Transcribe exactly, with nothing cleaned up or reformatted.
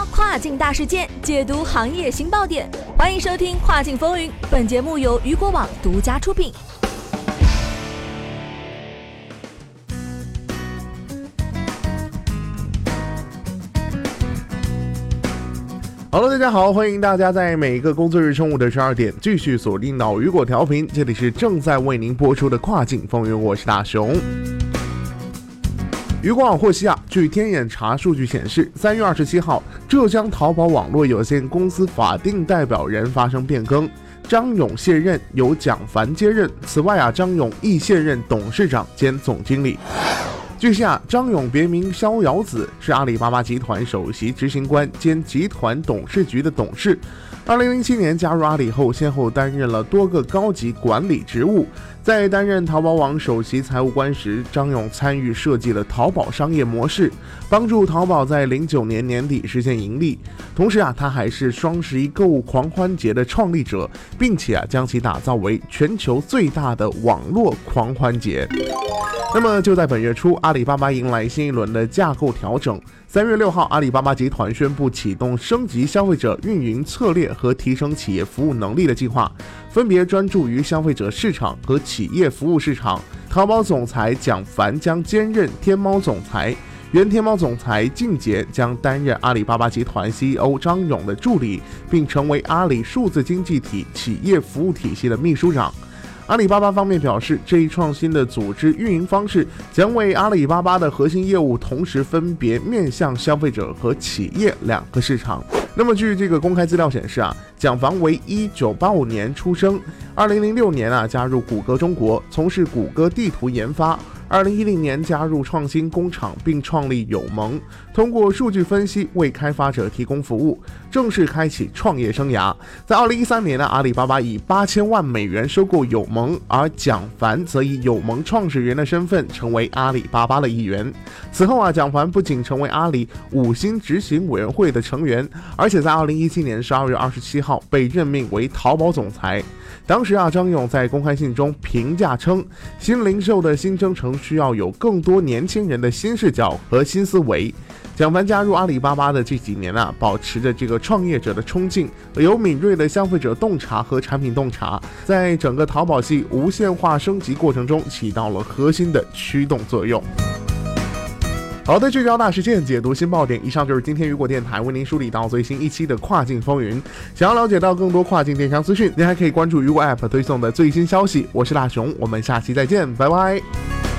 标跨境大事件，解读行业新爆点。欢迎收听《跨境风云》，本节目由雨果网独家出品。 Hello， 大家好，欢迎大家在每个工作日中午的十二点继续锁定到雨果调频，这里是正在为您播出的跨境风云，我是大熊。雨果网获悉啊，据天眼查数据显示，三月二十七号，浙江淘宝网络有限公司法定代表人发生变更，张勇卸任，由蒋凡接任。此外啊，张勇亦卸任董事长兼总经理。据悉啊，张勇别名逍遥子，是阿里巴巴集团首席执行官兼集团董事局的董事。二零零七年加入阿里后，先后担任了多个高级管理职务。在担任淘宝网首席财务官时，张勇参与设计了淘宝商业模式，帮助淘宝在零九年年底实现盈利。同时啊，他还是双十一购物狂欢节的创立者，并且啊，将其打造为全球最大的网络狂欢节。那么就在本月初，阿里巴巴迎来新一轮的架构调整。三月六号，阿里巴巴集团宣布启动升级消费者运营策略和提升企业服务能力的计划，分别专注于消费者市场和企业服务市场。淘宝总裁蒋凡将兼任天猫总裁，原天猫总裁靳杰将担任阿里巴巴集团 C E O 张勇的助理，并成为阿里数字经济体企业服务体系的秘书长。阿里巴巴方面表示，这一创新的组织运营方式将为阿里巴巴的核心业务同时分别面向消费者和企业两个市场。那么据这个公开资料显示啊，蒋凡为一九八五年出生，二零零六年啊加入谷歌中国，从事谷歌地图研发。二零一零年加入创新工厂，并创立友盟，通过数据分析为开发者提供服务，正式开启创业生涯。在二零一三年呢，阿里巴巴以八千万美元收购友盟，而蒋凡则以友盟创始人的身份成为阿里巴巴的一员。此后啊，蒋凡不仅成为阿里五星执行委员会的成员，而且在二零一七年十二月二十七号被任命为淘宝总裁。当时啊，张勇在公开信中评价称，新零售的新征程需要有更多年轻人的新视角和新思维。蒋凡加入阿里巴巴的这几年啊，保持着这个创业者的冲劲，有敏锐的消费者洞察和产品洞察，在整个淘宝系无限化升级过程中起到了核心的驱动作用。好的，聚焦大事件，解读新爆点。以上就是今天雨果电台为您梳理到最新一期的跨境风云。想要了解到更多跨境电商资讯，您还可以关注雨果 App 推送的最新消息。我是大熊，我们下期再见，拜拜。